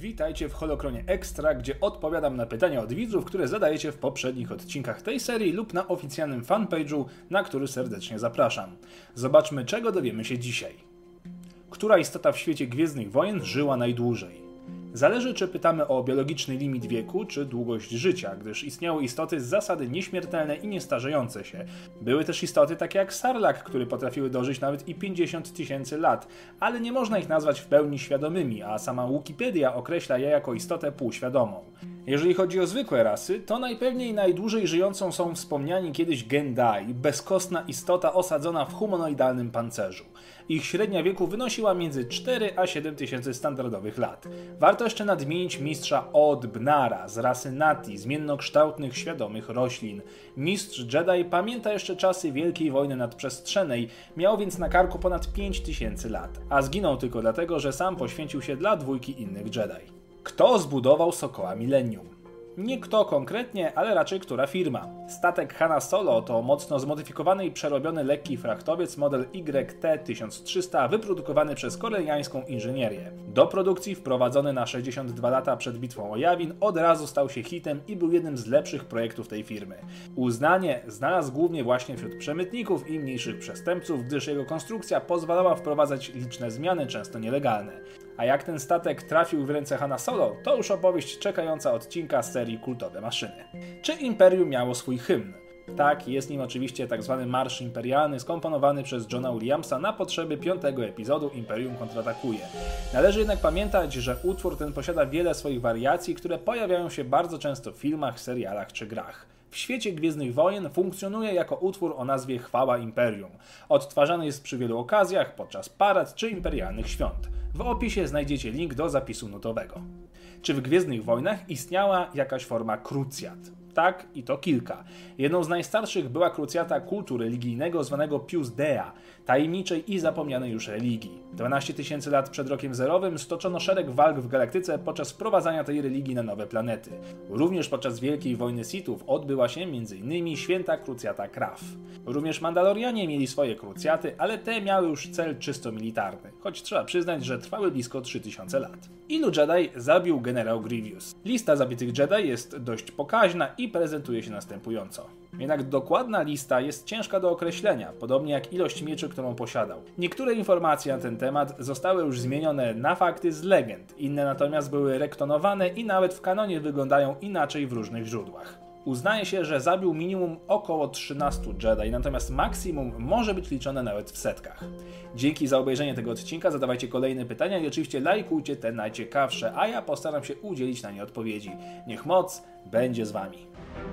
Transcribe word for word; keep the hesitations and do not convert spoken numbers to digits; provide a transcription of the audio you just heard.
Witajcie w Holokronie Extra, gdzie odpowiadam na pytania od widzów, które zadajecie w poprzednich odcinkach tej serii lub na oficjalnym fanpage'u, na który serdecznie zapraszam. Zobaczmy, czego dowiemy się dzisiaj. Która istota w świecie Gwiezdnych Wojen żyła najdłużej? Zależy, czy pytamy o biologiczny limit wieku, czy długość życia, gdyż istniały istoty z zasady nieśmiertelne i niestarzejące się. Były też istoty takie jak Sarlacc, które potrafiły dożyć nawet i pięćdziesiąt tysięcy lat, ale nie można ich nazwać w pełni świadomymi, a sama Wikipedia określa je jako istotę półświadomą. Jeżeli chodzi o zwykłe rasy, to najpewniej najdłużej żyjącą są wspomniani kiedyś Gendai, bezkostna istota osadzona w humanoidalnym pancerzu. Ich średnia wieku wynosiła między cztery a siedem tysięcy standardowych lat. Warto jeszcze nadmienić mistrza Od Bnara z rasy Nati, zmiennokształtnych, świadomych roślin. Mistrz Jedi pamięta jeszcze czasy Wielkiej Wojny Nadprzestrzennej, miał więc na karku ponad pięć tysięcy lat, a zginął tylko dlatego, że sam poświęcił się dla dwójki innych Jedi. Kto zbudował Sokoła Millennium? Nie kto konkretnie, ale raczej która firma. Statek Hanna Solo to mocno zmodyfikowany i przerobiony lekki frachtowiec model Y T tysiąc trzysta wyprodukowany przez koreańską inżynierię. Do produkcji wprowadzony na sześćdziesiąt dwa lata przed bitwą o Yavin od razu stał się hitem i był jednym z lepszych projektów tej firmy. Uznanie znalazł głównie właśnie wśród przemytników i mniejszych przestępców, gdyż jego konstrukcja pozwalała wprowadzać liczne zmiany, często nielegalne. A jak ten statek trafił w ręce Hanna Solo, to już opowieść czekająca odcinka z serii Kultowe Maszyny. Czy Imperium miało swój hymn? Tak, jest nim oczywiście tzw. Marsz Imperialny skomponowany przez Johna Williamsa na potrzeby piątego epizodu Imperium kontratakuje. Należy jednak pamiętać, że utwór ten posiada wiele swoich wariacji, które pojawiają się bardzo często w filmach, serialach czy grach. W świecie Gwiezdnych Wojen funkcjonuje jako utwór o nazwie Chwała Imperium. Odtwarzany jest przy wielu okazjach, podczas parad czy imperialnych świąt. W opisie znajdziecie link do zapisu nutowego. Czy w Gwiezdnych Wojnach istniała jakaś forma krucjat? Tak, i to kilka. Jedną z najstarszych była krucjata kultu religijnego zwanego Pius Dea, tajemniczej i zapomnianej już religii. dwanaście tysięcy lat przed rokiem zerowym stoczono szereg walk w galaktyce podczas wprowadzania tej religii na nowe planety. Również podczas Wielkiej Wojny Sithów odbyła się między innymi święta krucjata Kraf. Również Mandalorianie mieli swoje krucjaty, ale te miały już cel czysto militarny, choć trzeba przyznać, że trwały blisko trzy tysiące lat. Ilu Jedi zabił generał Grievous? Lista zabitych Jedi jest dość pokaźna i prezentuje się następująco. Jednak dokładna lista jest ciężka do określenia, podobnie jak ilość mieczy, którą posiadał. Niektóre informacje na ten temat zostały już zmienione na fakty z legend, inne natomiast były rektonowane i nawet w kanonie wyglądają inaczej w różnych źródłach. Uznaje się, że zabił minimum około trzynastu Jedi, natomiast maksimum może być liczone nawet w setkach. Dzięki za obejrzenie tego odcinka, zadawajcie kolejne pytania i oczywiście lajkujcie te najciekawsze, a ja postaram się udzielić na nie odpowiedzi. Niech moc będzie z wami.